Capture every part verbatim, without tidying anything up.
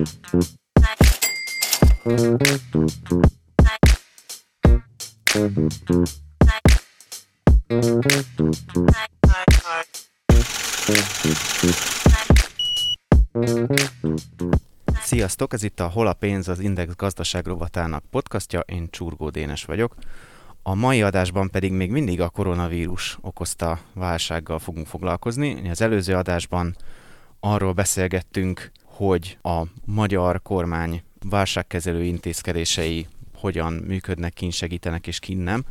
Sziasztok, ez itt a Hol a pénz, az Index gazdaság rovatának podcastja, én Csurgó Dénes vagyok. A mai adásban pedig még mindig a koronavírus okozta válsággal fogunk foglalkozni. Az előző adásban arról beszélgettünk, hogy a magyar kormány válságkezelő intézkedései hogyan működnek, kin segítenek és kin nem.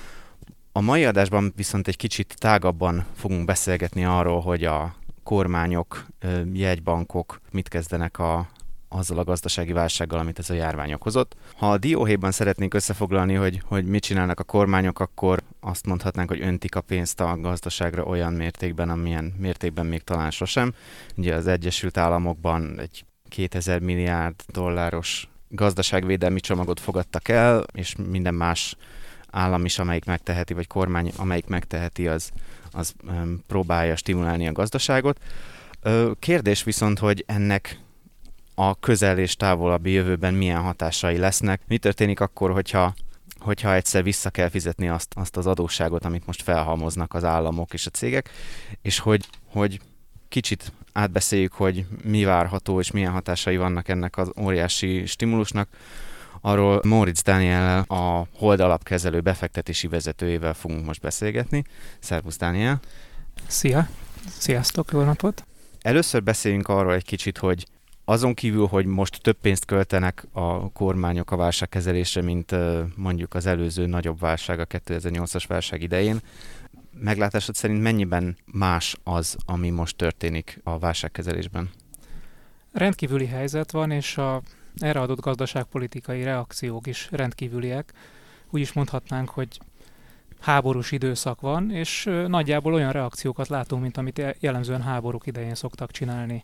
A mai adásban viszont egy kicsit tágabban fogunk beszélgetni arról, hogy a kormányok, jegybankok mit kezdenek a, azzal a gazdasági válsággal, amit ez a járvány okozott. Ha a dióhéjban szeretnénk összefoglalni, hogy, hogy mit csinálnak a kormányok, akkor azt mondhatnánk, hogy öntik a pénzt a gazdaságra olyan mértékben, amilyen mértékben még talán sosem. Ugye az Egyesült Államokban egy kétezer milliárd dolláros gazdaságvédelmi csomagot fogadtak el, és minden más állam is, amelyik megteheti, vagy kormány, amelyik megteheti, az, az um, próbálja stimulálni a gazdaságot. Ö, kérdés viszont, hogy ennek a közel és távolabbi jövőben milyen hatásai lesznek. Mi történik akkor, hogyha, hogyha egyszer vissza kell fizetni azt, azt az adósságot, amit most felhalmoznak az államok és a cégek, és hogy, hogy kicsit átbeszéljük, hogy mi várható és milyen hatásai vannak ennek az óriási stimulusnak. Arról Móricz Dániellel, a Hold alapkezelő befektetési vezetőjével fogunk most beszélgetni. Szervusz, Dániel! Szia! Sziasztok, jó napot! Először beszéljünk arról egy kicsit, hogy azon kívül, hogy most több pénzt költenek a kormányok a válságkezelésre, mint mondjuk az előző nagyobb válság, a kétezer-nyolcas válság idején, meglátásod szerint mennyiben más az, ami most történik a válságkezelésben? Rendkívüli helyzet van, és a erre adott gazdaságpolitikai reakciók is rendkívüliek. Úgy is mondhatnánk, hogy háborús időszak van, és nagyjából olyan reakciókat látunk, mint amit jellemzően háborúk idején szoktak csinálni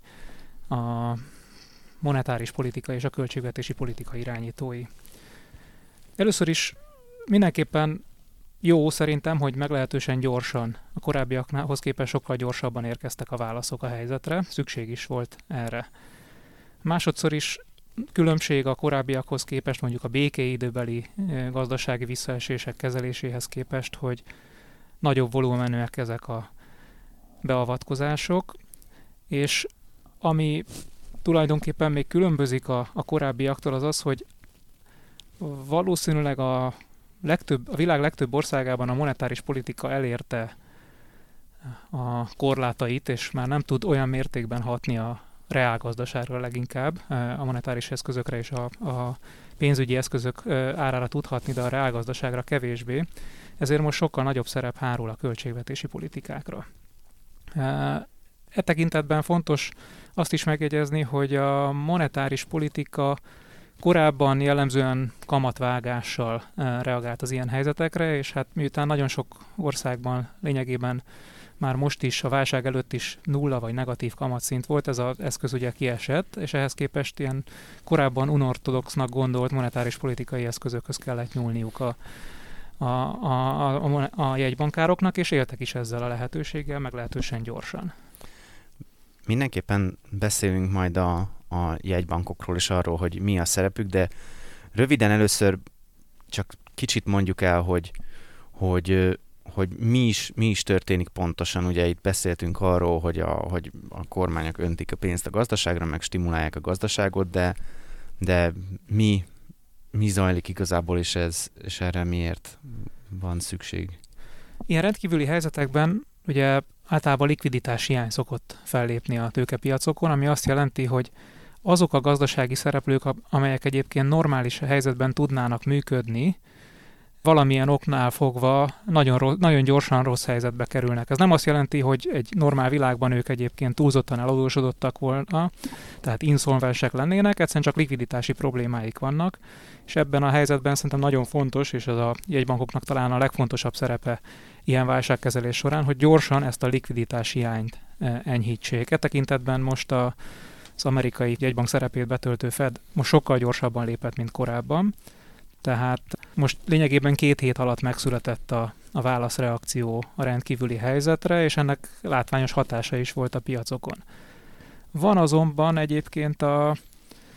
a monetáris politika és a költségvetési politika irányítói. Először is mindenképpen jó szerintem, hogy meglehetősen gyorsan, a korábbiakhoz képest sokkal gyorsabban érkeztek a válaszok a helyzetre, szükség is volt erre. Másodszor is különbség a korábbiakhoz képest, mondjuk a békeidőbeli gazdasági visszaesések kezeléséhez képest, hogy nagyobb volumenűek ezek a beavatkozások, és ami tulajdonképpen még különbözik a, a korábbiaktól, az az, hogy valószínűleg a, legtöbb, a világ legtöbb országában a monetáris politika elérte a korlátait, és már nem tud olyan mértékben hatni a reálgazdaságra leginkább, a monetáris eszközökre és a, a pénzügyi eszközök árára tudhatni, de a reálgazdaságra kevésbé. Ezért most sokkal nagyobb szerep hárul a költségvetési politikákra. E tekintetben fontos azt is megjegyezni, hogy a monetáris politika korábban jellemzően kamatvágással reagált az ilyen helyzetekre, és hát miután nagyon sok országban lényegében már most is, a válság előtt is nulla vagy negatív kamatszint volt, ez az eszköz ugye kiesett, és ehhez képest ilyen korábban unortodoxnak gondolt monetáris politikai eszközökhöz kellett nyúlniuk a, a, a, a, a jegybankároknak, és éltek is ezzel a lehetőséggel, meglehetősen gyorsan. Mindenképpen beszélünk majd a, a jegybankokról és arról, hogy mi a szerepük, de röviden először csak kicsit mondjuk el, hogy, hogy hogy mi is, mi is történik pontosan. Ugye itt beszéltünk arról, hogy a, hogy a kormányok öntik a pénzt a gazdaságra, meg stimulálják a gazdaságot, de, de mi, mi zajlik igazából, és, ez, és erre miért van szükség? Ilyen rendkívüli helyzetekben ugye általában likviditás hiány szokott fellépni a tőkepiacokon, ami azt jelenti, hogy azok a gazdasági szereplők, amelyek egyébként normális helyzetben tudnának működni, valamilyen oknál fogva nagyon, rossz, nagyon gyorsan rossz helyzetbe kerülnek. Ez nem azt jelenti, hogy egy normál világban ők egyébként túlzottan eladósodottak volna, tehát inszolvensek lennének, egyszerűen csak likviditási problémáik vannak, és ebben a helyzetben szerintem nagyon fontos, és ez a jegybankoknak talán a legfontosabb szerepe ilyen válságkezelés során, hogy gyorsan ezt a likviditási hiányt enyhítsék. E tekintetben most a, az amerikai jegybank szerepét betöltő Fed most sokkal gyorsabban lépett, mint korábban. Tehát most lényegében két hét alatt megszületett a, a válaszreakció a rendkívüli helyzetre, és ennek látványos hatása is volt a piacokon. Van azonban egyébként a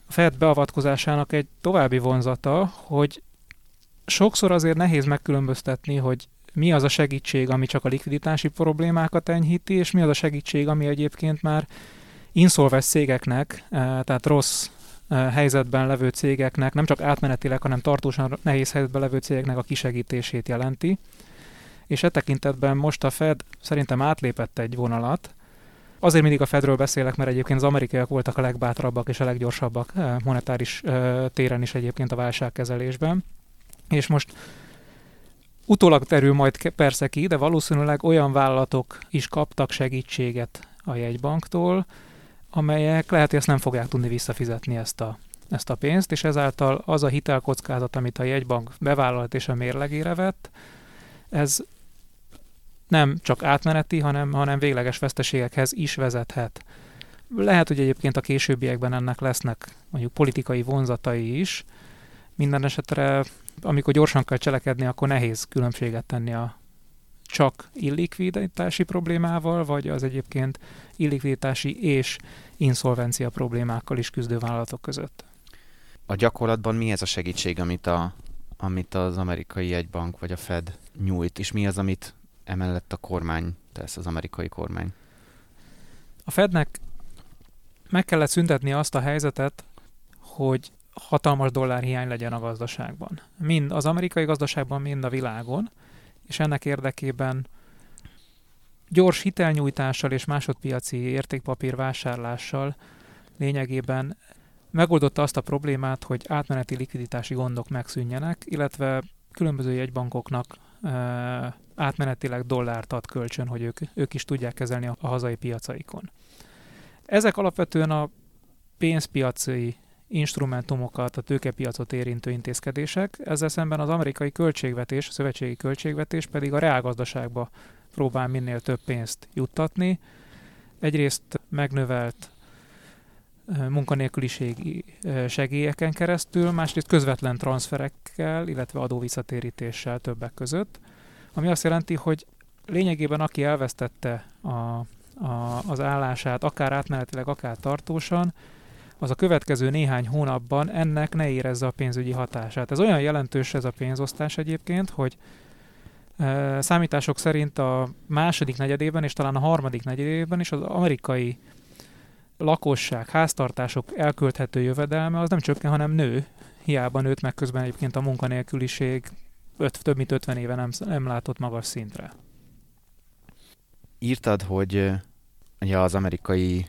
a Fed beavatkozásának egy további vonzata, hogy sokszor azért nehéz megkülönböztetni, hogy mi az a segítség, ami csak a likviditási problémákat enyhíti, és mi az a segítség, ami egyébként már inszolvens cégeknek, tehát rossz helyzetben levő cégeknek, nem csak átmenetileg, hanem tartósan nehéz helyzetben levő cégeknek a kisegítését jelenti. És e tekintetben most a Fed szerintem átlépett egy vonalat. Azért mindig a Fedről beszélek, mert egyébként az amerikaiak voltak a legbátrabbak és a leggyorsabbak monetáris téren is egyébként a válságkezelésben. És most utólag terül majd persze ki, de valószínűleg olyan vállalatok is kaptak segítséget a jegybanktól, amelyek lehet, hogy ezt nem fogják tudni visszafizetni ezt a, ezt a pénzt, és ezáltal az a hitelkockázat, amit a jegybank bevállalt és a mérlegére vett, ez nem csak átmeneti, hanem, hanem végleges veszteségekhez is vezethet. Lehet, hogy egyébként a későbbiekben ennek lesznek mondjuk politikai vonzatai is. Minden esetre, amikor gyorsan kell cselekedni, akkor nehéz különbséget tenni a csak illikviditási problémával, vagy az egyébként illikviditási és inszolvencia problémákkal is küzdő vállalatok között. A gyakorlatban mi ez a segítség, amit, a, amit az amerikai jegybank vagy a Fed nyújt, és mi az, amit emellett a kormány tesz, az amerikai kormány? A Fednek meg kellett szüntetni azt a helyzetet, hogy hatalmas dollárhiány legyen a gazdaságban. Mind az amerikai gazdaságban, mind a világon, és ennek érdekében gyors hitelnyújtással és másodpiaci értékpapír vásárlással lényegében megoldotta azt a problémát, hogy átmeneti likviditási gondok megszűnjenek, illetve különböző jegybankoknak e, átmenetileg dollárt ad kölcsön, hogy ők, ők is tudják kezelni a, a hazai piacaikon. Ezek alapvetően a pénzpiaci instrumentumokat, a tőkepiacot érintő intézkedések, ezzel szemben az amerikai költségvetés, a szövetségi költségvetés pedig a reálgazdaságba próbál minél több pénzt juttatni. Egyrészt megnövelt munkanélküliségi segélyeken keresztül, másrészt közvetlen transferekkel, illetve adóvisszatérítéssel többek között, ami azt jelenti, hogy lényegében aki elvesztette a, a, az állását, akár átmenetileg, akár tartósan, az a következő néhány hónapban ennek ne érezze a pénzügyi hatását. Ez olyan jelentős ez a pénzosztás egyébként, hogy e, számítások szerint a második negyedében és talán a harmadik negyedében is az amerikai lakosság, háztartások elkölthető jövedelme az nem csökken, hanem nő. Hiába nőtt meg közben egyébként a munkanélküliség öt, több mint ötven éve nem, nem látott magas szintre. Írtad, hogy ugye az amerikai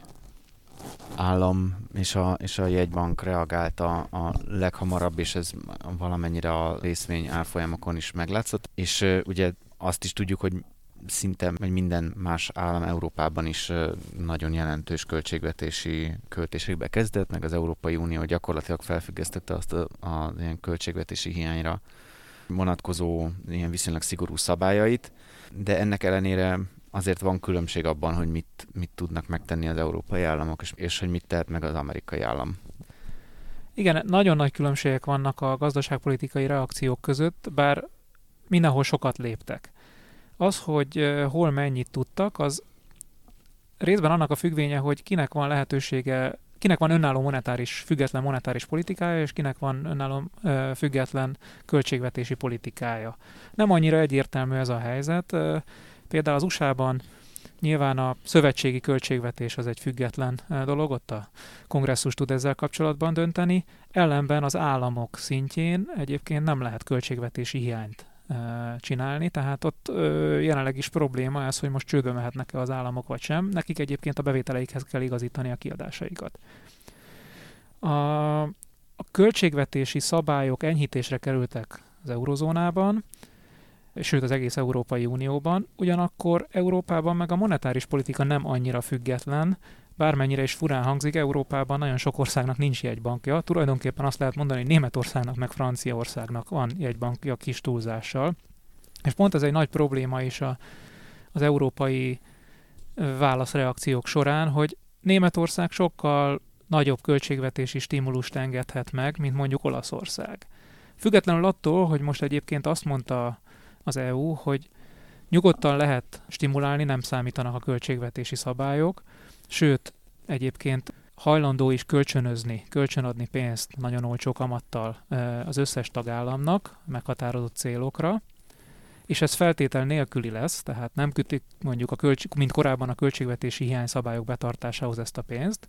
állam és a, és a jegybank reagált a, a leghamarabb, és ez valamennyire a részvény árfolyamokon is meglátszott, és uh, ugye azt is tudjuk, hogy szinte vagy minden más állam Európában is uh, nagyon jelentős költségvetési költésekbe kezdett, meg az Európai Unió gyakorlatilag felfüggesztette azt a, a ilyen költségvetési hiányra vonatkozó ilyen viszonylag szigorú szabályait, de ennek ellenére azért van különbség abban, hogy mit, mit tudnak megtenni az európai államok, és, és hogy mit tehet meg az amerikai állam. Igen, nagyon nagy különbségek vannak a gazdaságpolitikai reakciók között, bár mindenhol sokat léptek. Az, hogy hol mennyit tudtak, az részben annak a függvénye, hogy kinek van lehetősége, kinek van önálló monetáris, független monetáris politikája, és kinek van önálló független költségvetési politikája. Nem annyira egyértelmű ez a helyzet. Például az u es á-ban nyilván a szövetségi költségvetés az egy független dolog, ott a kongresszus tud ezzel kapcsolatban dönteni, ellenben az államok szintjén egyébként nem lehet költségvetési hiányt csinálni, tehát ott jelenleg is probléma ez, hogy most csődbe mehetnek-e az államok vagy sem, nekik egyébként a bevételeikhez kell igazítani a kiadásaikat. A, a költségvetési szabályok enyhítésre kerültek az eurozónában, sőt az egész Európai Unióban, ugyanakkor Európában meg a monetáris politika nem annyira független, bármennyire is furán hangzik, Európában nagyon sok országnak nincs jegybankja, tulajdonképpen azt lehet mondani, hogy Németországnak meg Franciaországnak van jegybankja kis túlzással, és pont ez egy nagy probléma is a, az európai válaszreakciók során, hogy Németország sokkal nagyobb költségvetési stimulust engedhet meg, mint mondjuk Olaszország. Függetlenül attól, hogy most egyébként azt mondta az é u, hogy nyugodtan lehet stimulálni, nem számítanak a költségvetési szabályok, sőt, egyébként hajlandó is kölcsönözni, kölcsönadni pénzt nagyon olcsó kamattal az összes tagállamnak meghatározott célokra, és ez feltétel nélküli lesz, tehát nem kötik mondjuk, a költség, mint korábban a költségvetési hiányszabályok betartásához ezt a pénzt.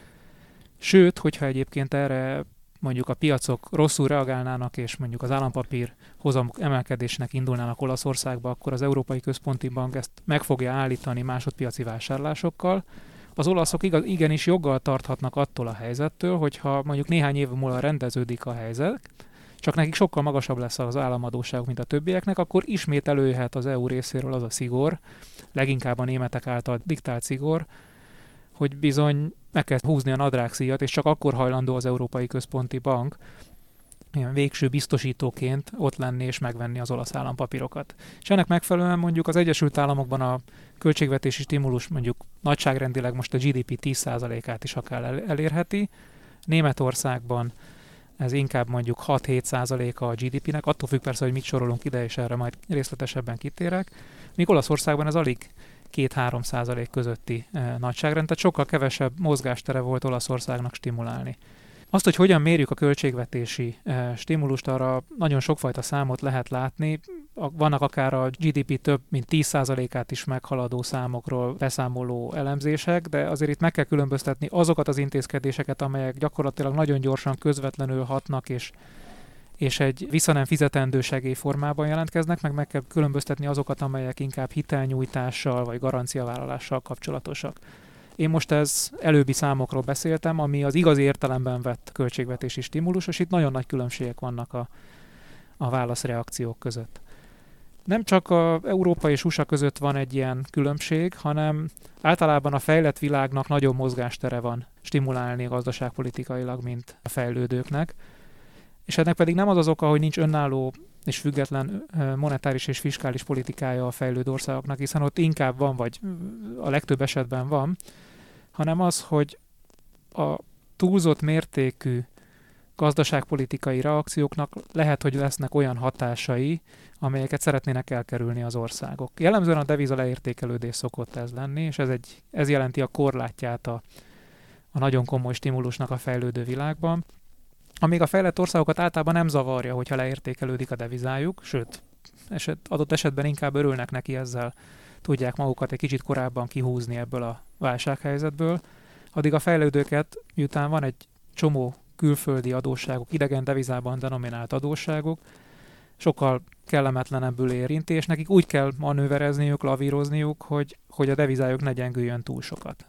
Sőt, hogyha egyébként erre mondjuk a piacok rosszul reagálnának, és mondjuk az állampapír hozamok emelkedésnek indulnának Olaszországba, akkor az Európai Központi Bank ezt meg fogja állítani másodpiaci vásárlásokkal. Az olaszok igaz, igenis joggal tarthatnak attól a helyzettől, hogyha mondjuk néhány év múlva rendeződik a helyzet, csak nekik sokkal magasabb lesz az államadósságuk, mint a többieknek, akkor ismét előjöhet az é u részéről az a szigor, leginkább a németek által diktált szigor, hogy bizony meg kell húzni a nadrágszíjat, és csak akkor hajlandó az Európai Központi Bank ilyen végső biztosítóként ott lenni és megvenni az olasz állampapírokat. És ennek megfelelően mondjuk az Egyesült Államokban a költségvetési stimulus mondjuk nagyságrendileg most a gé dé pé tíz százalékát is akár elérheti. Németországban ez inkább mondjuk hat-hét százaléka a gé dé pének, attól függ persze, hogy mit sorolunk ide, és erre majd részletesebben kitérek. Míg Olaszországban ez alig két-három százalék közötti e, nagyságrend, tehát sokkal kevesebb mozgástere volt Olaszországnak stimulálni. Azt, hogy hogyan mérjük a költségvetési e, stimulust, arra nagyon sokfajta számot lehet látni. A, vannak akár a gé dé pé több mint tíz százalékát is meghaladó számokról beszámoló elemzések, de azért itt meg kell különböztetni azokat az intézkedéseket, amelyek gyakorlatilag nagyon gyorsan közvetlenül hatnak, és és egy vissza nem fizetendő segély formában jelentkeznek, meg meg kell különböztetni azokat, amelyek inkább hitelnyújtással vagy garanciavállalással kapcsolatosak. Én most ez előbbi számokról beszéltem, ami az igazi értelemben vett költségvetési stimulus, és itt nagyon nagy különbségek vannak a, a válaszreakciók között. Nem csak az Európa és u es á között van egy ilyen különbség, hanem általában a fejlett világnak nagyobb mozgástere van stimulálni gazdaságpolitikailag, mint a fejlődőknek. És ennek pedig nem az az oka, hogy nincs önálló és független monetáris és fiskális politikája a fejlődő országoknak, hiszen ott inkább van, vagy a legtöbb esetben van, hanem az, hogy a túlzott mértékű gazdaságpolitikai reakcióknak lehet, hogy lesznek olyan hatásai, amelyeket szeretnének elkerülni az országok. Jellemzően a deviza leértékelődés szokott ez lenni, és ez, egy, ez jelenti a korlátját a, a nagyon komoly stimulusnak a fejlődő világban. Amíg a fejlett országokat általában nem zavarja, hogyha leértékelődik a devizájuk, sőt, eset, adott esetben inkább örülnek neki, ezzel tudják magukat egy kicsit korábban kihúzni ebből a válsághelyzetből, addig a fejlődőket, miután van egy csomó külföldi adósságuk, idegen devizában denominált adósságuk, sokkal kellemetlenebbül érinti, és nekik úgy kell manőverezniük, lavírozniuk, hogy, hogy a devizájuk ne gyengüljön túl sokat.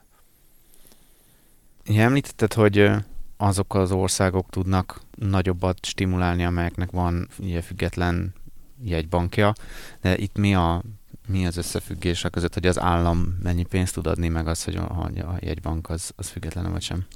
Ja, említetted, hogy azok az országok tudnak nagyobbat stimulálni, amelyeknek van ugye, független jegybankja, de itt mi, a, mi az összefüggés a között, hogy az állam mennyi pénzt tud adni, meg az, hogy a, a jegybank az, az független vagy sem?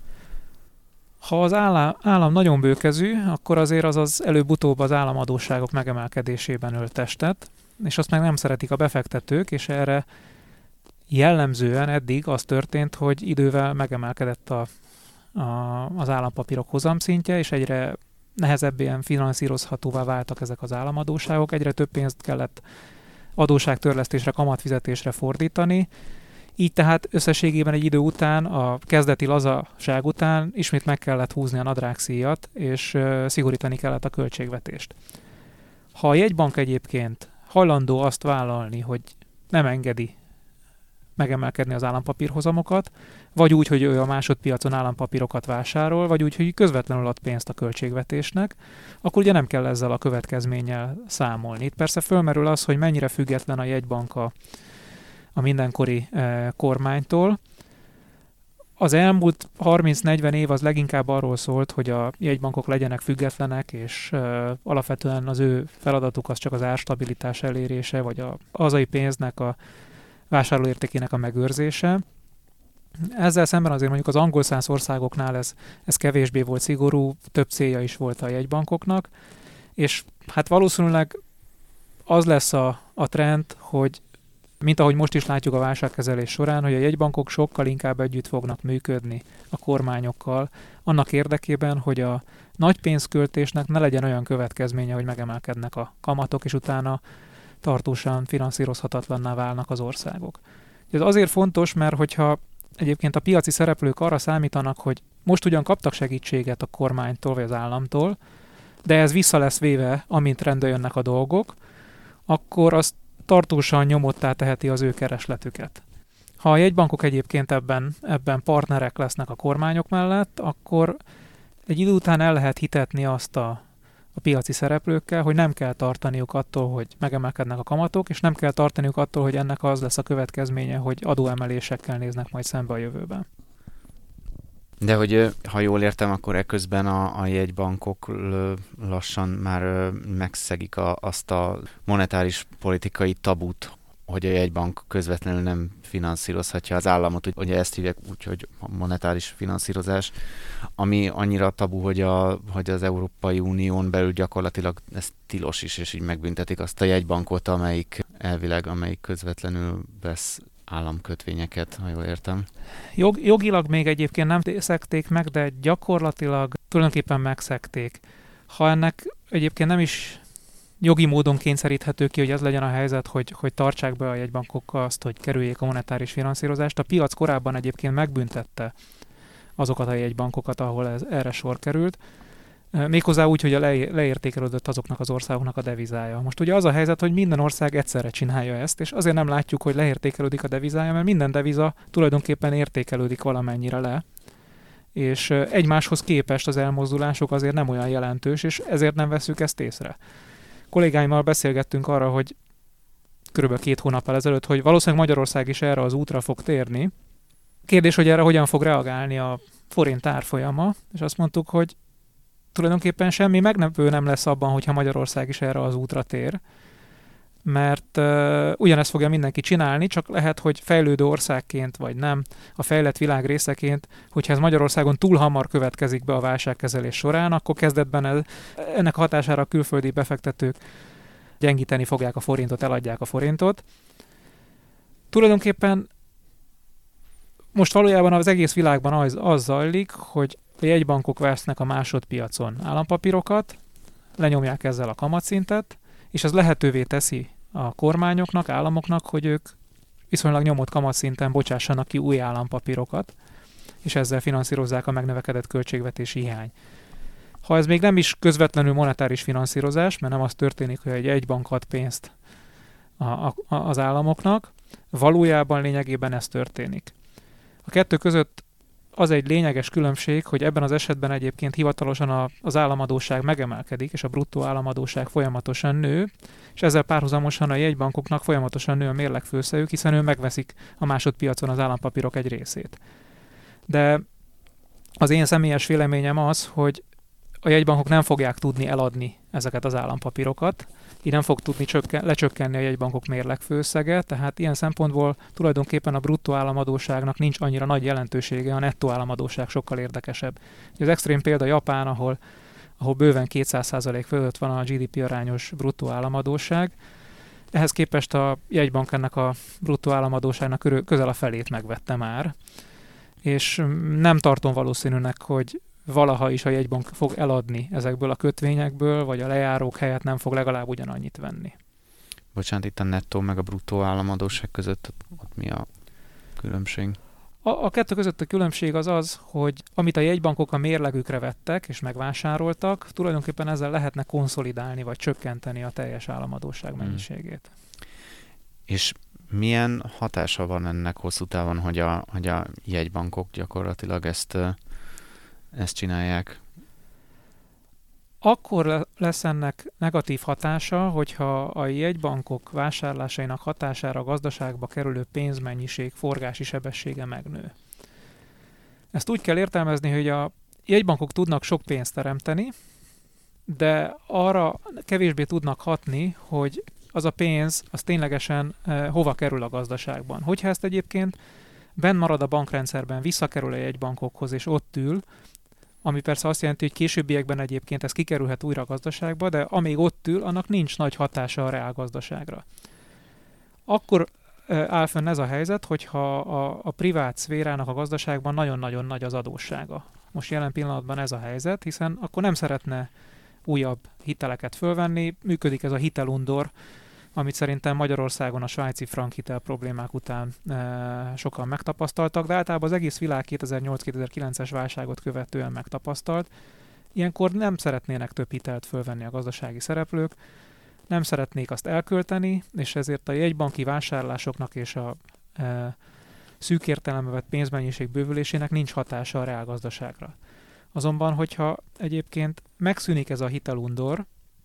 Ha az állam, állam nagyon bőkezű, akkor azért az az előbb-utóbb az államadósságok megemelkedésében ölt testet, és azt meg nem szeretik a befektetők, és erre jellemzően eddig az történt, hogy idővel megemelkedett a A, az állampapírok hozamszintje, és egyre nehezebben finanszírozhatóvá váltak ezek az államadósságok, egyre több pénzt kellett adósságtörlesztésre, kamatfizetésre fordítani, így tehát összességében egy idő után, a kezdeti lazaság után ismét meg kellett húzni a nadrágszíjat, és uh, szigorítani kellett a költségvetést. Ha a jegybank egyébként hajlandó azt vállalni, hogy nem engedi megemelkedni az állampapírhozamokat, vagy úgy, hogy ő a másodpiacon állampapírokat vásárol, vagy úgy, hogy közvetlenül ad pénzt a költségvetésnek, akkor ugye nem kell ezzel a következménnyel számolni. Itt persze fölmerül az, hogy mennyire független a jegybank a, a mindenkori e, kormánytól. Az elmúlt harminc-negyven év az leginkább arról szólt, hogy a jegybankok legyenek függetlenek, és e, alapvetően az ő feladatuk az csak az árstabilitás elérése, vagy a hazai pénznek a vásárlóértékének a megőrzése. Ezzel szemben azért mondjuk az angol száz országoknál ez, ez kevésbé volt szigorú, több célja is volt a jegybankoknak, és hát valószínűleg az lesz a, a trend, hogy mint ahogy most is látjuk a válságkezelés során, hogy a jegybankok sokkal inkább együtt fognak működni a kormányokkal, annak érdekében, hogy a nagy pénzköltésnek ne legyen olyan következménye, hogy megemelkednek a kamatok, és utána tartósan finanszírozhatatlanná válnak az országok. Ez azért fontos, mert hogyha egyébként a piaci szereplők arra számítanak, hogy most ugyan kaptak segítséget a kormánytól vagy az államtól, de ez vissza lesz véve, amint rendbe jönnek a dolgok, akkor az tartósan nyomottá teheti az ő keresletüket. Ha a jegybankok egyébként ebben, ebben partnerek lesznek a kormányok mellett, akkor egy idő után el lehet hitetni azt a, a piaci szereplőkkel, hogy nem kell tartaniuk attól, hogy megemelkednek a kamatok, és nem kell tartaniuk attól, hogy ennek az lesz a következménye, hogy adóemelésekkel néznek majd szembe a jövőben. De hogy ha jól értem, akkor eközben a, a jegybankok lassan már megszegik a, azt a monetáris politikai tabut, hogy a jegybank közvetlenül nem finanszírozhatja az államot, ugye ezt hívják úgy, hogy monetáris finanszírozás, ami annyira tabu, hogy, a, hogy az Európai Unión belül gyakorlatilag ez tilos is, és így megbüntetik azt a jegybankot, amelyik elvileg, amelyik közvetlenül vesz államkötvényeket, ha jól értem. Jog, jogilag még egyébként nem szekték meg, de gyakorlatilag tulajdonképpen megszekték. Ha ennek egyébként nem is jogi módon kényszeríthető ki, hogy ez legyen a helyzet, hogy, hogy tartsák be a jegybankok azt, hogy kerüljék a monetáris finanszírozást. A piac korábban egyébként megbüntette azokat a jegybankokat, ahol ez, erre sor került. Méghozzá úgy, hogy a le, leértékelődött azoknak az országoknak a devizája. Most ugye az a helyzet, hogy minden ország egyszerre csinálja ezt, és azért nem látjuk, hogy leértékelődik a devizája, mert minden deviza tulajdonképpen értékelődik valamennyire le, és egymáshoz képest az elmozdulások azért nem olyan jelentős, és ezért nem veszük ezt észre. Kollégáimmal beszélgettünk arra, hogy körülbelül két hónappal ezelőtt, hogy valószínűleg Magyarország is erre az útra fog térni. Kérdés, hogy erre hogyan fog reagálni a forint árfolyama, és azt mondtuk, hogy tulajdonképpen semmi meglepő nem lesz abban, hogyha Magyarország is erre az útra tér, mert uh, ugyanezt fogja mindenki csinálni, csak lehet, hogy fejlődő országként, vagy nem, a fejlett világ részeként, hogyha ez Magyarországon túl hamar következik be a válságkezelés során, akkor kezdetben ez, ennek a hatására a külföldi befektetők gyengíteni fogják a forintot, eladják a forintot. Tulajdonképpen most valójában az egész világban az, az zajlik, hogy a jegybankok vesznek a másodpiacon állampapírokat, lenyomják ezzel a kamatszintet, és ez lehetővé teszi a kormányoknak, államoknak, hogy ők viszonylag nyomott kamatszinten bocsássanak ki új állampapírokat, és ezzel finanszírozzák a megnövekedett költségvetési hiány. Ha ez még nem is közvetlenül monetáris finanszírozás, mert nem az történik, hogy egy jegybank ad pénzt a, a, az államoknak, valójában lényegében ez történik. A kettő között az egy lényeges különbség, hogy ebben az esetben egyébként hivatalosan a, az államadósság megemelkedik, és a bruttó államadósság folyamatosan nő, és ezzel párhuzamosan a jegybankoknak folyamatosan nő a mérlegfőszejük, hiszen ő megveszik a másodpiacon az állampapírok egy részét. De az én személyes véleményem az, hogy a jegybankok nem fogják tudni eladni ezeket az állampapírokat, így nem fog tudni csökken, lecsökkenni a jegybankok mérlegfőszege, tehát ilyen szempontból tulajdonképpen a bruttó államadósságnak nincs annyira nagy jelentősége, a nettó államadósság sokkal érdekesebb. Az extrém példa Japán, ahol, ahol bőven kétszáz százalék fölött van a gé dé pé arányos bruttó államadósság, ehhez képest a jegybank ennek a bruttó államadóságnak körül, közel a felét megvette már, és nem tartom valószínűnek, hogy valaha is a jegybank fog eladni ezekből a kötvényekből, vagy a lejárók helyett nem fog legalább ugyanannyit venni. Bocsánat, itt a nettó meg a bruttó államadósság között ott mi a különbség? A, a kettő között a különbség az az, hogy amit a jegybankok a mérlegükre vettek és megvásároltak, tulajdonképpen ezzel lehetne konszolidálni vagy csökkenteni a teljes államadósság mennyiségét. Hmm. És milyen hatása van ennek hosszú távon, hogy a, hogy a jegybankok gyakorlatilag ezt ezt csinálják? Akkor lesz ennek negatív hatása, hogyha a jegybankok vásárlásainak hatására a gazdaságba kerülő pénzmennyiség forgási sebessége megnő. Ezt úgy kell értelmezni, hogy a jegybankok tudnak sok pénzt teremteni, de arra kevésbé tudnak hatni, hogy az a pénz az ténylegesen eh, hova kerül a gazdaságban. Hogyha ezt egyébként benn marad a bankrendszerben, visszakerül a jegybankokhoz és ott ül, ami persze azt jelenti, hogy későbbiekben egyébként ez kikerülhet újra a gazdaságba, de amíg ott ül, annak nincs nagy hatása a reálgazdaságra. Akkor áll fenn ez a helyzet, hogyha a, a privát szférának a gazdaságban nagyon-nagyon nagy az adóssága. Most jelen pillanatban ez a helyzet, hiszen akkor nem szeretne újabb hiteleket fölvenni, működik ez a hitelundor, amit szerintem Magyarországon a svájci frank hitel problémák után e, sokan megtapasztaltak, de általában az egész világ kétezer-nyolc-kétezer-kilences válságot követően megtapasztalt. Ilyenkor nem szeretnének több hitelt fölvenni a gazdasági szereplők, nem szeretnék azt elkölteni, és ezért a jegybanki vásárlásoknak és a e, szűk értelembe vett pénzmennyiség bővülésének nincs hatása a reálgazdaságra. Azonban, hogyha egyébként megszűnik ez a hitelundor,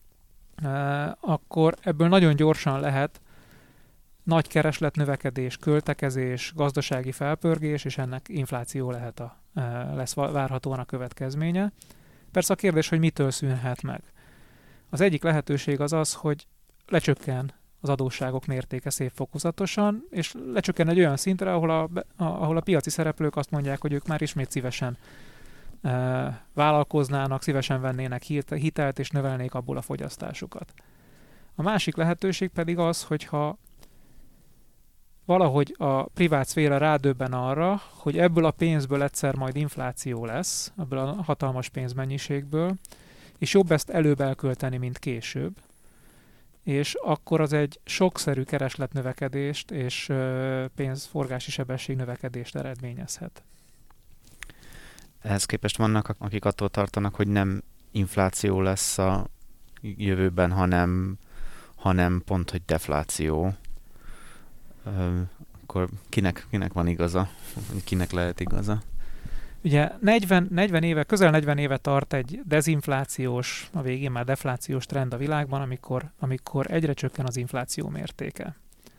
akkor ebből nagyon gyorsan lehet nagy keresletnövekedés, költekezés, gazdasági felpörgés, és ennek infláció lehet a, lesz várhatóan a következménye. Persze a kérdés, hogy mitől szűnhet meg. Az egyik lehetőség az az, hogy lecsökken az adósságok mértéke szép fokozatosan, és lecsökken egy olyan szintre, ahol a, a, ahol a piaci szereplők azt mondják, hogy ők már ismét szívesen e, vállalkoznának, szívesen vennének hitelt, és növelnék abból a fogyasztásukat. A másik lehetőség pedig az, hogyha valahogy a privát szféra rádöbben arra, hogy ebből a pénzből egyszer majd infláció lesz, ebből a hatalmas pénzmennyiségből, és jobb ezt előbb elkölteni, mint később, és akkor az egy sokszerű keresletnövekedést és pénzforgási sebesség növekedést eredményezhet. Ehhez képest vannak, akik attól tartanak, hogy nem infláció lesz a jövőben, hanem, hanem pont, hogy defláció. Akkor kinek, kinek van igaza? Kinek lehet igaza? Ugye negyven, negyven éve, közel negyven éve tart egy dezinflációs, a végén már deflációs trend a világban, amikor, amikor egyre csökken az infláció mértéke.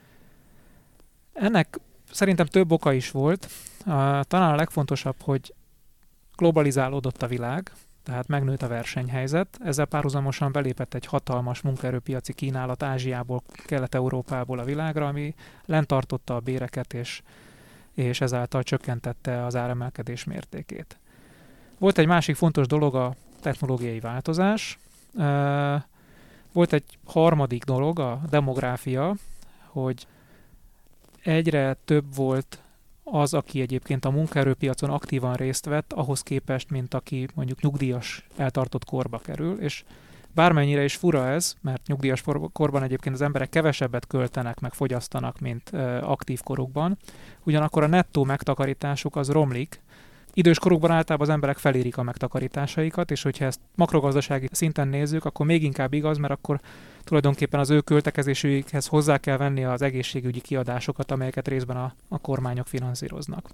Ennek szerintem több oka is volt. Talán a legfontosabb, hogy globalizálódott a világ, tehát megnőtt a versenyhelyzet. Ezzel párhuzamosan belépett egy hatalmas munkaerőpiaci kínálat Ázsiából, Kelet-Európából a világra, ami lenntartotta a béreket, és és ezáltal csökkentette az áremelkedés mértékét. Volt egy másik fontos dolog, a technológiai változás. Volt egy harmadik dolog, a demográfia, hogy egyre több volt az, aki egyébként a munkaerőpiacon aktívan részt vett, ahhoz képest, mint aki mondjuk nyugdíjas eltartott korba kerül, és bármennyire is fura ez, mert nyugdíjas korban egyébként az emberek kevesebbet költenek, meg fogyasztanak, mint aktív korukban, ugyanakkor a nettó megtakarításuk az romlik. Idős korukban általában az emberek felérik a megtakarításaikat, és hogyha ezt makrogazdasági szinten nézzük, akkor még inkább igaz, mert akkor tulajdonképpen az ő költekezésükhez hozzá kell venni az egészségügyi kiadásokat, amelyeket részben a, a kormányok finanszíroznak.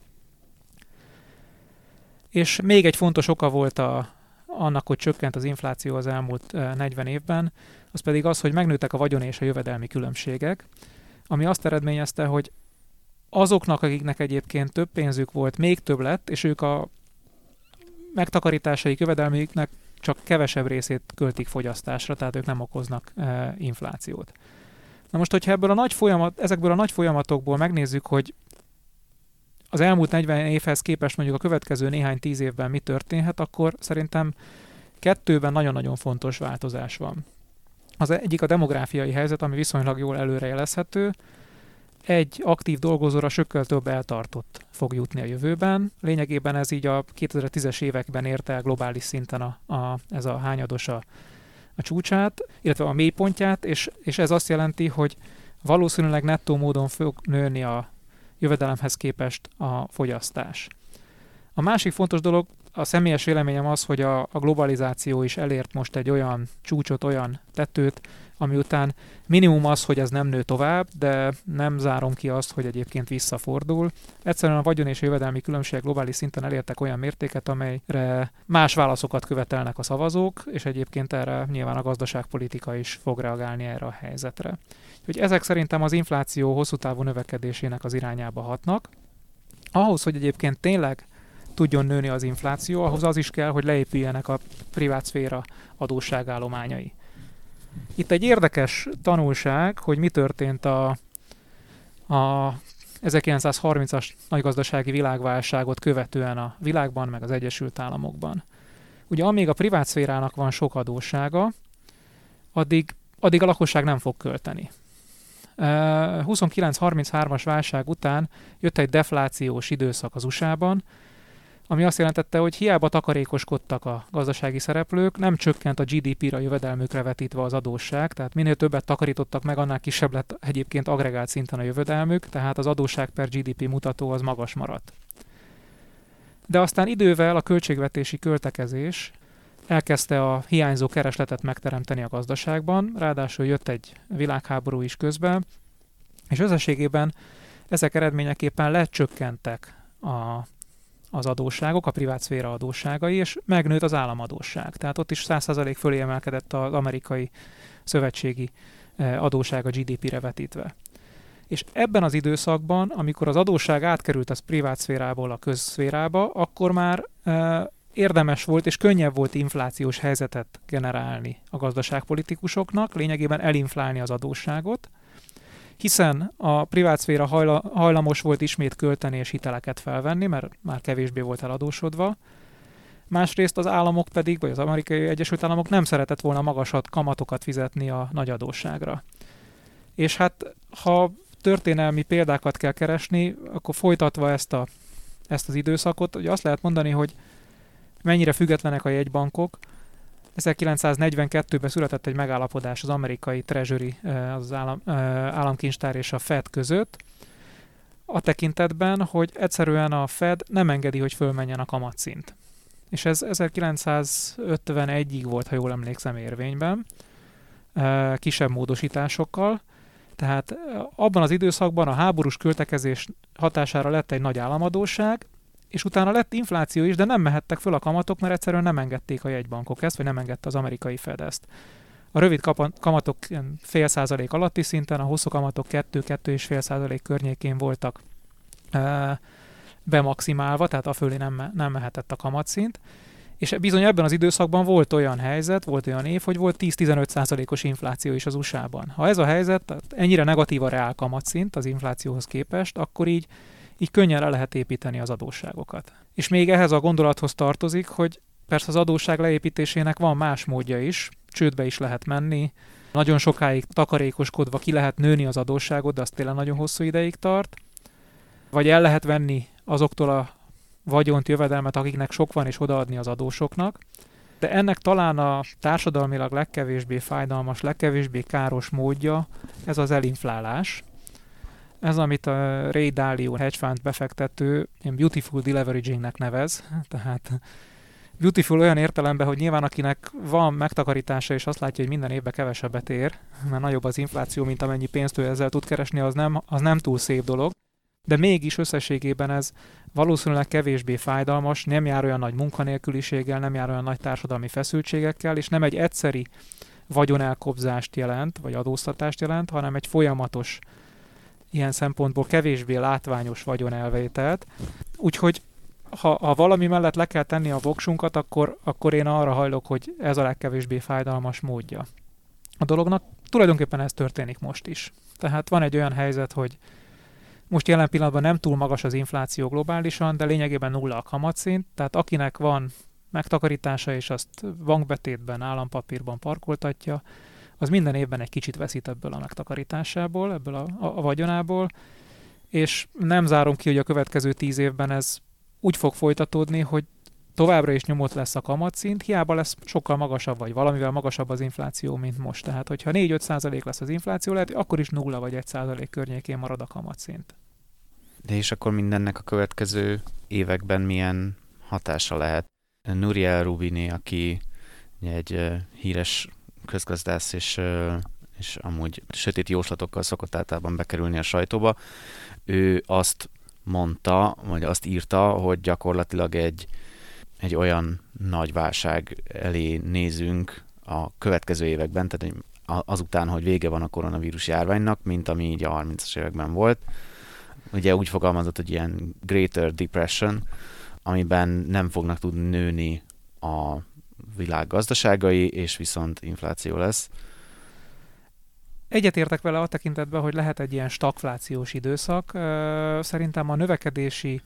És még egy fontos oka volt a annak, hogy csökkent az infláció az elmúlt negyven évben, az pedig az, hogy megnőttek a vagyon és a jövedelmi különbségek, ami azt eredményezte, hogy azoknak, akiknek egyébként több pénzük volt, még több lett, és ők a megtakarításaik, jövedelmüknek csak kevesebb részét költik fogyasztásra, tehát ők nem okoznak e, inflációt. Na most, hogyha ebből a nagy folyamat, ezekből a nagy folyamatokból megnézzük, hogy az elmúlt negyven évhez képest mondjuk a következő néhány tíz évben mi történhet, akkor szerintem kettőben nagyon-nagyon fontos változás van. Az egyik a demográfiai helyzet, ami viszonylag jól előrejelezhető. Egy aktív dolgozóra sokkal több eltartott fog jutni a jövőben. Lényegében ez így a kétezer-tízes években érte el globális szinten a, a, ez a hányados a, a csúcsát, illetve a mélypontját, és, és ez azt jelenti, hogy valószínűleg nettó módon fog nőni a jövedelemhez képest a fogyasztás. A másik fontos dolog, a személyes véleményem az, hogy a, a globalizáció is elért most egy olyan csúcsot, olyan tetőt, ami után minimum az, hogy ez nem nő tovább, de nem zárom ki azt, hogy egyébként visszafordul. Egyszerűen a vagyon és a jövedelmi különbségek globális szinten elértek olyan mértéket, amelyre más válaszokat követelnek a szavazók, és egyébként erre nyilván a gazdaságpolitika is fog reagálni erre a helyzetre. Úgyhogy ezek szerintem az infláció hosszú távú növekedésének az irányába hatnak. Ahhoz, hogy egyébként tényleg tudjon nőni az infláció, ahhoz az is kell, hogy leépüljenek a privát szféra adósságállományai. Itt egy érdekes tanulság, hogy mi történt a, a ezerkilencszázharmincas nagygazdasági világválságot követően a világban, meg az Egyesült Államokban. Ugye amíg a privát szférának van sok adóssága, addig, addig a lakosság nem fog költeni. huszonkilenc harminchárom-as válság után jött egy deflációs időszak az u es á-ban, ami azt jelentette, hogy hiába takarékoskodtak a gazdasági szereplők, nem csökkent a gé dé pé-re, a jövedelmükre vetítve az adósság, tehát minél többet takarítottak meg, annál kisebb lett egyébként agregált szinten a jövedelmük, tehát az adósság per gé dé pé mutató az magas maradt. De aztán idővel a költségvetési költekezés elkezdte a hiányzó keresletet megteremteni a gazdaságban, ráadásul jött egy világháború is közben, és összességében ezek eredményeképpen lecsökkentek a, az adósságok, a privát szféra adósságai, és megnőtt az államadósság. Tehát ott is száz százalék fölé emelkedett az amerikai szövetségi adósság a gé dé pé-re vetítve. És ebben az időszakban, amikor az adósság átkerült az privát szférából a közszférába, akkor már e, érdemes volt és könnyebb volt inflációs helyzetet generálni a gazdaságpolitikusoknak, lényegében elinflálni az adósságot, hiszen a privát szféra hajla, hajlamos volt ismét költeni és hiteleket felvenni, mert már kevésbé volt eladósodva. Másrészt az államok pedig, vagy az Amerikai Egyesült Államok nem szeretett volna magasat kamatokat fizetni a nagy adósságra. És hát, ha történelmi példákat kell keresni, akkor folytatva ezt, a, ezt az időszakot, ugye azt lehet mondani, hogy mennyire függetlenek a jegybankok. ezerkilencszáznegyvenkettőben született egy megállapodás az amerikai Treasury, az állam, államkincstár és a Fed között, a tekintetben, hogy egyszerűen a Fed nem engedi, hogy fölmenjen a kamatszint. És ez ezerkilencszázötvenegyig volt, ha jól emlékszem, érvényben, kisebb módosításokkal. Tehát abban az időszakban a háborús költekezés hatására lett egy nagy államadósság, és utána lett infláció is, de nem mehettek föl a kamatok, mert egyszerűen nem engedték a jegybankok ezt, vagy nem engedte az amerikai Fed ezt. A rövid kamatok fél százalék alatti szinten, a hosszú kamatok kettő-kettő és fél százalék környékén voltak e, bemaximálva, tehát afölé nem, nem mehetett a kamatszint. És bizony ebben az időszakban volt olyan helyzet, volt olyan év, hogy volt tíz-tizenöt százalékos infláció is az u es á-ban. Ha ez a helyzet, tehát ennyire negatív a reál kamatszint az inflációhoz képest, akkor így, így könnyen le lehet építeni az adósságokat. És még ehhez a gondolathoz tartozik, hogy persze az adósság leépítésének van más módja is, csődbe is lehet menni, nagyon sokáig takarékoskodva ki lehet nőni az adósságot, de az tényleg nagyon hosszú ideig tart, vagy el lehet venni azoktól a vagyont, jövedelmet, akiknek sok van, és odaadni az adósoknak. De ennek talán a társadalmilag legkevésbé fájdalmas, legkevésbé káros módja ez az elinflálás. Ez, amit a Ray Dalio hedge fund befektető ilyen beautiful deleveragingnek nevez. Tehát beautiful olyan értelemben, hogy nyilván akinek van megtakarítása, és azt látja, hogy minden évben kevesebbet ér, mert nagyobb az infláció, mint amennyi pénzt ő ezzel tud keresni, az nem, az nem túl szép dolog. De mégis összességében ez valószínűleg kevésbé fájdalmas, nem jár olyan nagy munkanélküliséggel, nem jár olyan nagy társadalmi feszültségekkel, és nem egy egyszeri vagyonelkobzást jelent, vagy adóztatást jelent, hanem egy folyamatos, ilyen szempontból kevésbé látványos vagyonelvételt. Úgyhogy ha, ha valami mellett le kell tenni a voksunkat, akkor, akkor én arra hajlok, hogy ez a legkevésbé fájdalmas módja a dolognak. Tulajdonképpen ez történik most is. Tehát van egy olyan helyzet, hogy most jelen pillanatban nem túl magas az infláció globálisan, de lényegében nulla a kamatszint, tehát akinek van megtakarítása, és azt bankbetétben, állampapírban parkoltatja, az minden évben egy kicsit veszít ebből a megtakarításából, ebből a, a, a vagyonából, és nem zárom ki, hogy a következő tíz évben ez úgy fog folytatódni, hogy továbbra is nyomott lesz a kamatszint, hiába lesz sokkal magasabb, vagy valamivel magasabb az infláció, mint most. Tehát, hogyha négy-öt százalék lesz az infláció, lehet, akkor is nulla vagy egy százalék környékén marad a kamatszint. De és akkor mindennek a következő években milyen hatása lehet? Nouriel Roubini, aki egy híres közgazdász, és, és amúgy sötét jóslatokkal szokott általában bekerülni a sajtóba, ő azt mondta, vagy azt írta, hogy gyakorlatilag egy, egy olyan nagy válság elé nézünk a következő években, tehát azután, hogy vége van a koronavírus járványnak, mint ami így a harmincas években volt. Ugye úgy fogalmazott, hogy ilyen Greater Depression, amiben nem fognak tudni nőni a világ gazdaságai, és viszont infláció lesz. Egyetértek vele a tekintetben, hogy lehet egy ilyen stagflációs időszak. Szerintem a növekedési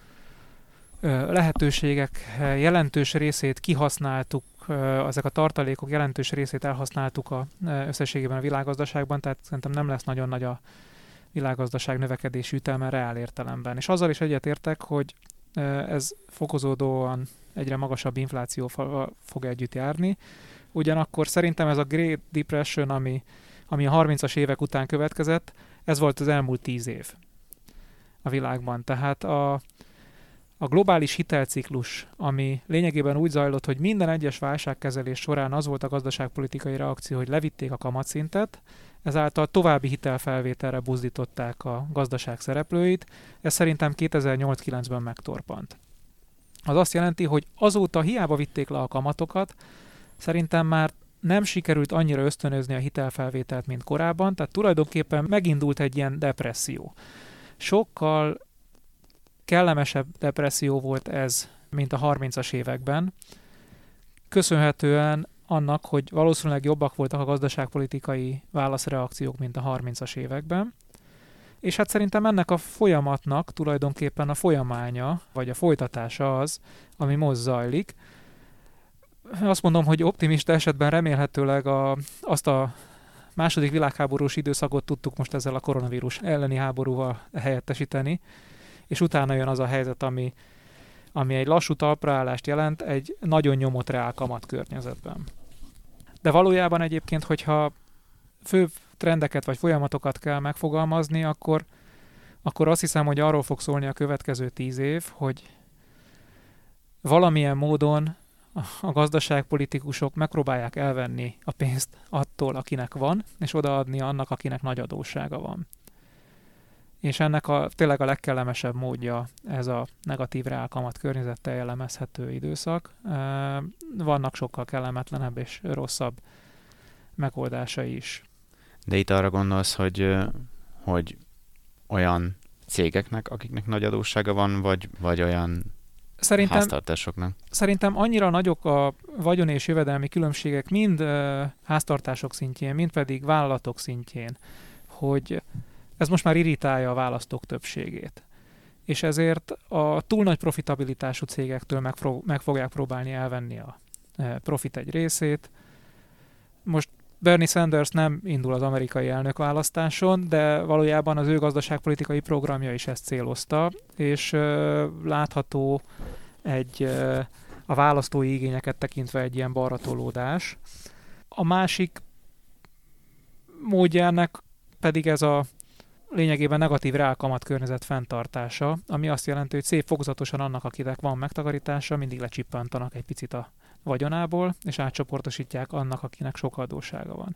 lehetőségek jelentős részét kihasználtuk, ezek a tartalékok jelentős részét elhasználtuk a összességében a világgazdaságban, tehát szerintem nem lesz nagyon nagy a világgazdaság növekedési ütelme reál értelemben. És azzal is egyetértek, hogy ez fokozódóan egyre magasabb infláció fog együtt járni. Ugyanakkor szerintem ez a Great Depression, ami, ami a harmincas évek után következett, ez volt az elmúlt tíz év a világban. Tehát a, a globális hitelciklus, ami lényegében úgy zajlott, hogy minden egyes válságkezelés során az volt a gazdaságpolitikai reakció, hogy levitték a kamatszintet, ezáltal további hitelfelvételre buzdították a gazdaság szereplőit. Ez szerintem kétezer-nyolc-kilencben megtorpant. Az azt jelenti, hogy azóta hiába vitték le a kamatokat, szerintem már nem sikerült annyira ösztönözni a hitelfelvételt, mint korábban, tehát tulajdonképpen megindult egy ilyen depresszió. Sokkal kellemesebb depresszió volt ez, mint a harmincas években, köszönhetően annak, hogy valószínűleg jobbak voltak a gazdaságpolitikai válaszreakciók, mint a harmincas években. És hát szerintem ennek a folyamatnak tulajdonképpen a folyamánya, vagy a folytatása az, ami most zajlik. Azt mondom, hogy optimista esetben remélhetőleg a, azt a második világháborús időszakot tudtuk most ezzel a koronavírus elleni háborúval helyettesíteni, és utána jön az a helyzet, ami, ami egy lassú talpraállást jelent egy nagyon nyomott reál kamat környezetben. De valójában egyébként, hogyha fő trendeket vagy folyamatokat kell megfogalmazni, akkor, akkor azt hiszem, hogy arról fog szólni a következő tíz év, hogy valamilyen módon a gazdaságpolitikusok megpróbálják elvenni a pénzt attól, akinek van, és odaadni annak, akinek nagy adóssága van. És ennek a, tényleg a legkellemesebb módja ez a negatív reálkamat környezettel jellemezhető időszak. Vannak sokkal kellemetlenebb és rosszabb megoldásai is. De itt arra gondolsz, hogy, hogy olyan cégeknek, akiknek nagy adóssága van, vagy, vagy olyan szerintem, háztartásoknak? Szerintem annyira nagyok a vagyon és jövedelmi különbségek mind uh, háztartások szintjén, mind pedig vállalatok szintjén, hogy ez most már irritálja a választók többségét. És ezért a túl nagy profitabilitású cégektől meg, meg fogják próbálni elvenni a uh, profit egy részét. Most Bernie Sanders nem indul az amerikai elnökválasztáson, de valójában az ő gazdaságpolitikai programja is ezt célozta, és uh, látható egy uh, a választói igényeket tekintve egy ilyen balratolódás. A másik módja ennek pedig ez a lényegében negatív reálkamat környezet fenntartása, ami azt jelenti, hogy szép fokozatosan annak, akinek van megtakarítása, mindig lecsippantanak egy picit a vagyonából, és átcsoportosítják annak, akinek sok adóssága van.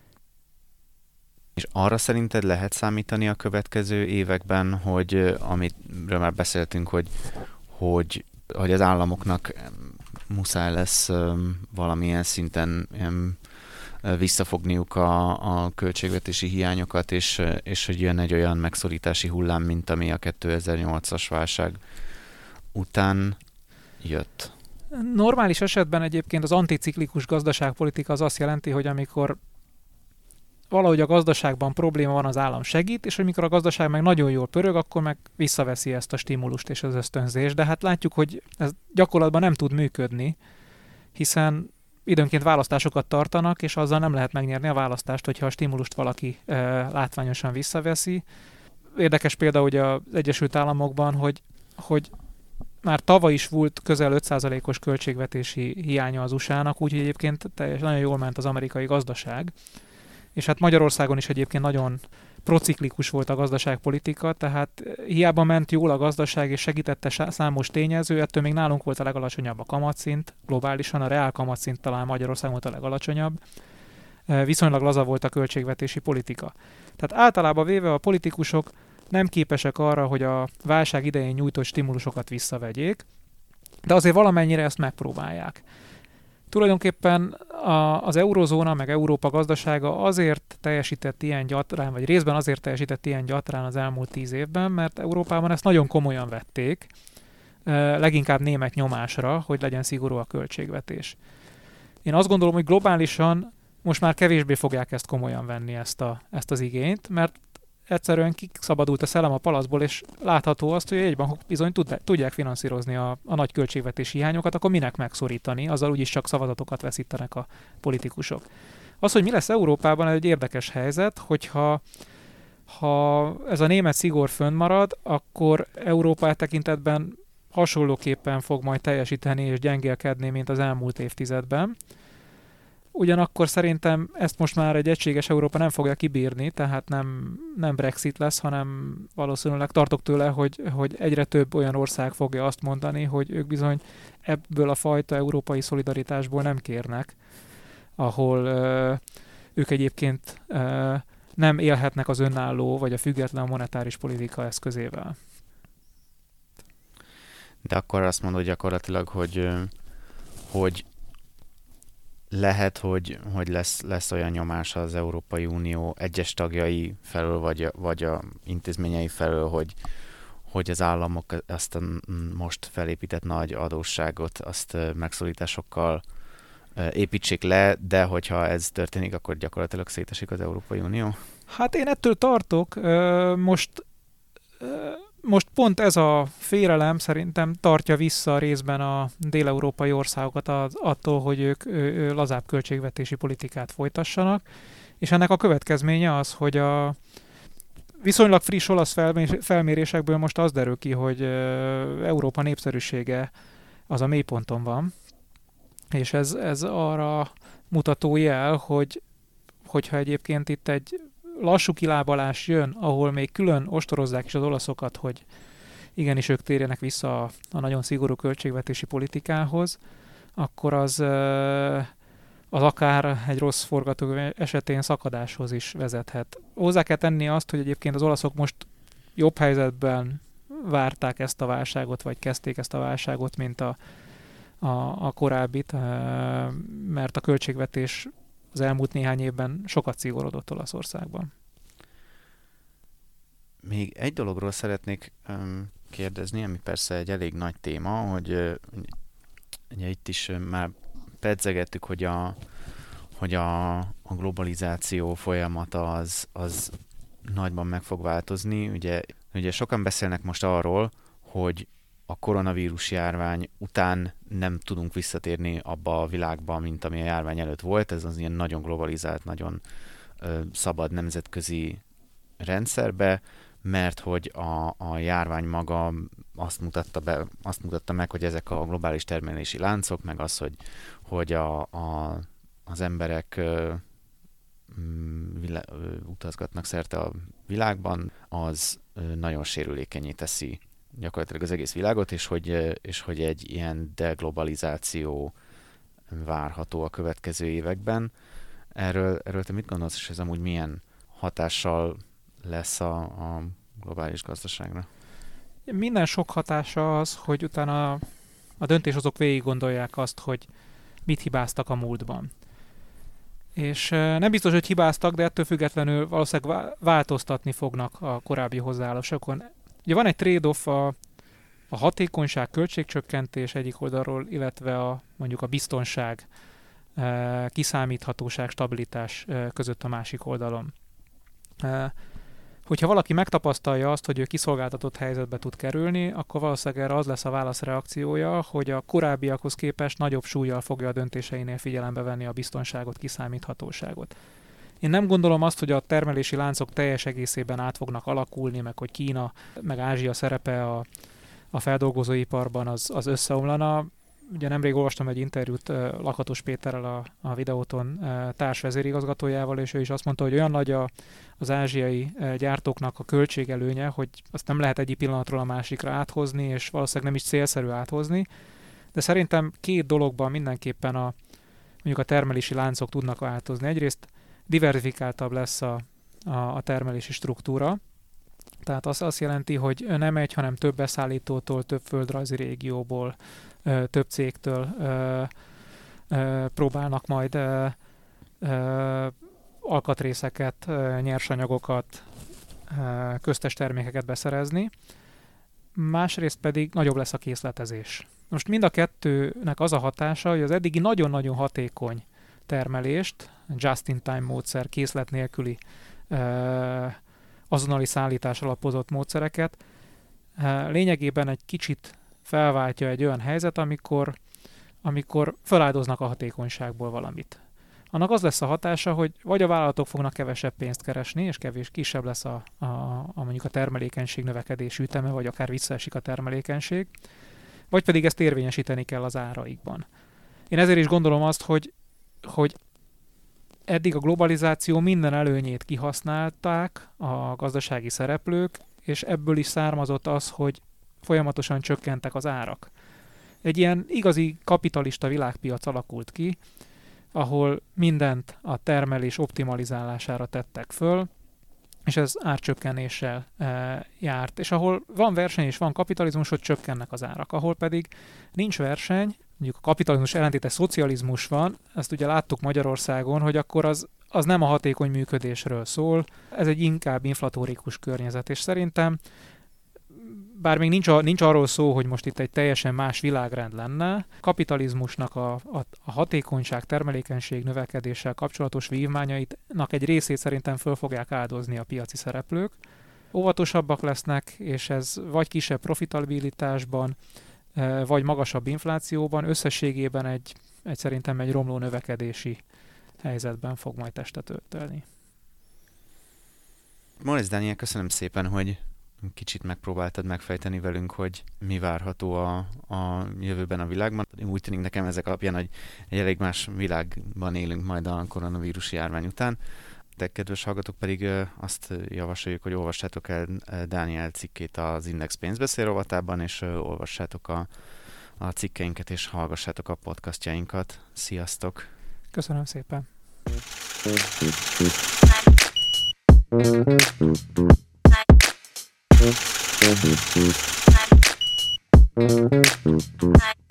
És arra szerinted lehet számítani a következő években, hogy amiről már beszéltünk, hogy, hogy, hogy az államoknak muszáj lesz valamilyen szinten visszafogniuk a, a költségvetési hiányokat, és, és hogy jön egy olyan megszorítási hullám, mint ami a kétezer-nyolcas válság után jött? Normális esetben egyébként az anticiklikus gazdaságpolitika az azt jelenti, hogy amikor valahogy a gazdaságban probléma van, az állam segít, és amikor a gazdaság meg nagyon jól pörög, akkor meg visszaveszi ezt a stimulust és az ösztönzést. De hát látjuk, hogy ez gyakorlatban nem tud működni, hiszen időnként választásokat tartanak, és azzal nem lehet megnyerni a választást, hogyha a stimulust valaki e, látványosan visszaveszi. Érdekes példa ugye az Egyesült Államokban, hogy, hogy már tavaly is volt közel öt százalékos költségvetési hiánya az u es á-nak, úgyhogy egyébként teljesen nagyon jól ment az amerikai gazdaság. És hát Magyarországon is egyébként nagyon prociklikus volt a gazdaságpolitika, tehát hiába ment jól a gazdaság és segítette számos tényező, ettől még nálunk volt a legalacsonyabb a kamatszint, globálisan a reál kamatszint talán Magyarországon volt a legalacsonyabb, viszonylag laza volt a költségvetési politika. Tehát általában véve a politikusok nem képesek arra, hogy a válság idején nyújtott stimulusokat visszavegyék, de azért valamennyire ezt megpróbálják. Tulajdonképpen a, az eurozóna meg Európa gazdasága azért teljesített ilyen gyatrán, vagy részben azért teljesített ilyen gyatrán az elmúlt tíz évben, mert Európában ezt nagyon komolyan vették, leginkább német nyomásra, hogy legyen szigorú a költségvetés. Én azt gondolom, hogy globálisan most már kevésbé fogják ezt komolyan venni, ezt, a, ezt az igényt, mert egyszerűen kiszabadult a szellem a palaszból, és látható azt, hogy egy bankok bizony tudják finanszírozni a, a nagy költségvetési hiányokat, akkor minek megszorítani, azzal úgyis csak szavazatokat veszítenek a politikusok. Az, hogy mi lesz Európában, ez egy érdekes helyzet, hogyha ha ez a német szigor fönnmarad, akkor Európa tekintetben hasonlóképpen fog majd teljesíteni és gyengélkedni, mint az elmúlt évtizedben. Ugyanakkor szerintem ezt most már egy egységes Európa nem fogja kibírni, tehát nem, nem Brexit lesz, hanem valószínűleg tartok tőle, hogy, hogy egyre több olyan ország fogja azt mondani, hogy ők bizony ebből a fajta európai szolidaritásból nem kérnek, ahol ö, ők egyébként ö, nem élhetnek az önálló vagy a független monetáris politika eszközével. De akkor azt mondod gyakorlatilag, hogy, hogy lehet, hogy, hogy lesz, lesz olyan nyomás az Európai Unió egyes tagjai felől, vagy, vagy a intézményei felől, hogy, hogy az államok azt a most felépített nagy adósságot, azt megszorításokkal építsék le, de hogyha ez történik, akkor gyakorlatilag szétesik az Európai Unió? Hát én ettől tartok. Most, most pont ez a félelem szerintem tartja vissza részben a dél-európai országokat az, attól, hogy ők lazább költségvetési politikát folytassanak, és ennek a következménye az, hogy a viszonylag friss olasz felmérésekből most az derül ki, hogy Európa népszerűsége az a mélyponton van, és ez, ez arra mutató jel, hogy hogyha egyébként itt egy lassú kilábalás jön, ahol még külön ostorozzák is az olaszokat, hogy igenis ők térjenek vissza a, a nagyon szigorú költségvetési politikához, akkor az, az akár egy rossz forgatókönyv esetén szakadáshoz is vezethet. Hozzá kell tenni azt, hogy egyébként az olaszok most jobb helyzetben várták ezt a válságot, vagy kezdték ezt a válságot, mint a, a, a korábbit, mert a költségvetés az elmúlt néhány évben sokat szigorodott Olaszországban. Még egy dologról szeretnék um, kérdezni, ami persze egy elég nagy téma, hogy uh, ugye itt is uh, már pedzegettük, hogy a, hogy a, a globalizáció folyamata az, az nagyban meg fog változni. Ugye, ugye sokan beszélnek most arról, hogy a koronavírus járvány után nem tudunk visszatérni abba a világba, mint ami a járvány előtt volt. Ez az ilyen nagyon globalizált, nagyon ö, szabad nemzetközi rendszerbe, mert hogy a, a járvány maga azt mutatta, be, azt mutatta meg, hogy ezek a globális termelési láncok, meg az, hogy, hogy a, a, az emberek ö, vilá, ö, utazgatnak szerte a világban, az ö, nagyon sérülékenyé teszi gyakorlatilag az egész világot, és hogy, és hogy egy ilyen deglobalizáció várható a következő években. Erről, erről te mit gondolsz, és ez amúgy milyen hatással lesz a, a globális gazdaságra? Minden sok hatása az, hogy utána a döntéshozók végig gondolják azt, hogy mit hibáztak a múltban. És nem biztos, hogy hibáztak, de ettől függetlenül valószínűleg változtatni fognak a korábbi hozzáállásokon. Ugye van egy trade-off a, a hatékonyság, költségcsökkentés egyik oldalról, illetve a, mondjuk a biztonság, kiszámíthatóság, stabilitás között a másik oldalon. Hogyha valaki megtapasztalja azt, hogy ő kiszolgáltatott helyzetbe tud kerülni, akkor valószínűleg erre az lesz a válaszreakciója, hogy a korábbiakhoz képest nagyobb súllyal fogja a döntéseinél figyelembe venni a biztonságot, kiszámíthatóságot. Én nem gondolom azt, hogy a termelési láncok teljes egészében át fognak alakulni, meg hogy Kína, meg Ázsia szerepe a, a feldolgozóiparban az, az összeomlana. Ugye nemrég olvastam egy interjút uh, Lakatos Péterrel, a, a Videóton uh, társvezérigazgatójával, és ő is azt mondta, hogy olyan nagy a, az ázsiai uh, gyártóknak a költségelőnye, hogy azt nem lehet egyik pillanatról a másikra áthozni, és valószínűleg nem is célszerű áthozni. De szerintem két dologban mindenképpen a, mondjuk a termelési láncok tudnak változni. Egyrészt diversifikáltabb lesz a, a, a termelési struktúra, tehát az azt jelenti, hogy nem egy, hanem több beszállítótól, több földrajzi régióból, több cégtől ö, ö, próbálnak majd ö, ö, alkatrészeket, ö, nyersanyagokat, ö, köztes termékeket beszerezni. Másrészt pedig nagyobb lesz a készletezés. Most mind a kettőnek az a hatása, hogy az eddigi nagyon-nagyon hatékony termelést, just-in-time módszer, készlet nélküli ö, azonnali szállítás alapozott módszereket ö, lényegében egy kicsit felváltja egy olyan helyzet, amikor, amikor feláldoznak a hatékonyságból valamit. Annak az lesz a hatása, hogy vagy a vállalatok fognak kevesebb pénzt keresni, és kevés kisebb lesz a, a, a mondjuk a termelékenység növekedés üteme, vagy akár visszaesik a termelékenység, vagy pedig ezt érvényesíteni kell az áraikban. Én ezért is gondolom azt, hogy, hogy eddig a globalizáció minden előnyét kihasználták a gazdasági szereplők, és ebből is származott az, hogy folyamatosan csökkentek az árak. Egy ilyen igazi kapitalista világpiac alakult ki, ahol mindent a termelés optimalizálására tettek föl, és ez árcsökkenéssel e, járt. És ahol van verseny és van kapitalizmus, hogy csökkennek az árak. Ahol pedig nincs verseny, mondjuk a kapitalizmus ellentéte szocializmus van, ezt ugye láttuk Magyarországon, hogy akkor az, az nem a hatékony működésről szól, ez egy inkább inflatórikus környezet, és szerintem bár még nincs, a, nincs arról szó, hogy most itt egy teljesen más világrend lenne, kapitalizmusnak a, a, a hatékonyság, termelékenység növekedéssel kapcsolatos vívmányaitnak egy részét szerintem föl fogják áldozni a piaci szereplők. Óvatosabbak lesznek, és ez vagy kisebb profitabilitásban, vagy magasabb inflációban, összességében egy, egy szerintem egy romló növekedési helyzetben fog majd testet ölteni. Móricz Dániel, köszönöm szépen, hogy kicsit megpróbáltad megfejteni velünk, hogy mi várható a, a jövőben a világban. Úgy tűnik nekem ezek alapján, hogy egy elég más világban élünk majd a koronavírus járvány után. De kedves hallgatók, pedig azt javasoljuk, hogy olvassátok el Dániel cikkét az Index pénzbeszél rovatában, és olvassátok a, a cikkeinket, és hallgassátok a podcastjainkat. Sziasztok! Köszönöm szépen! Thank you.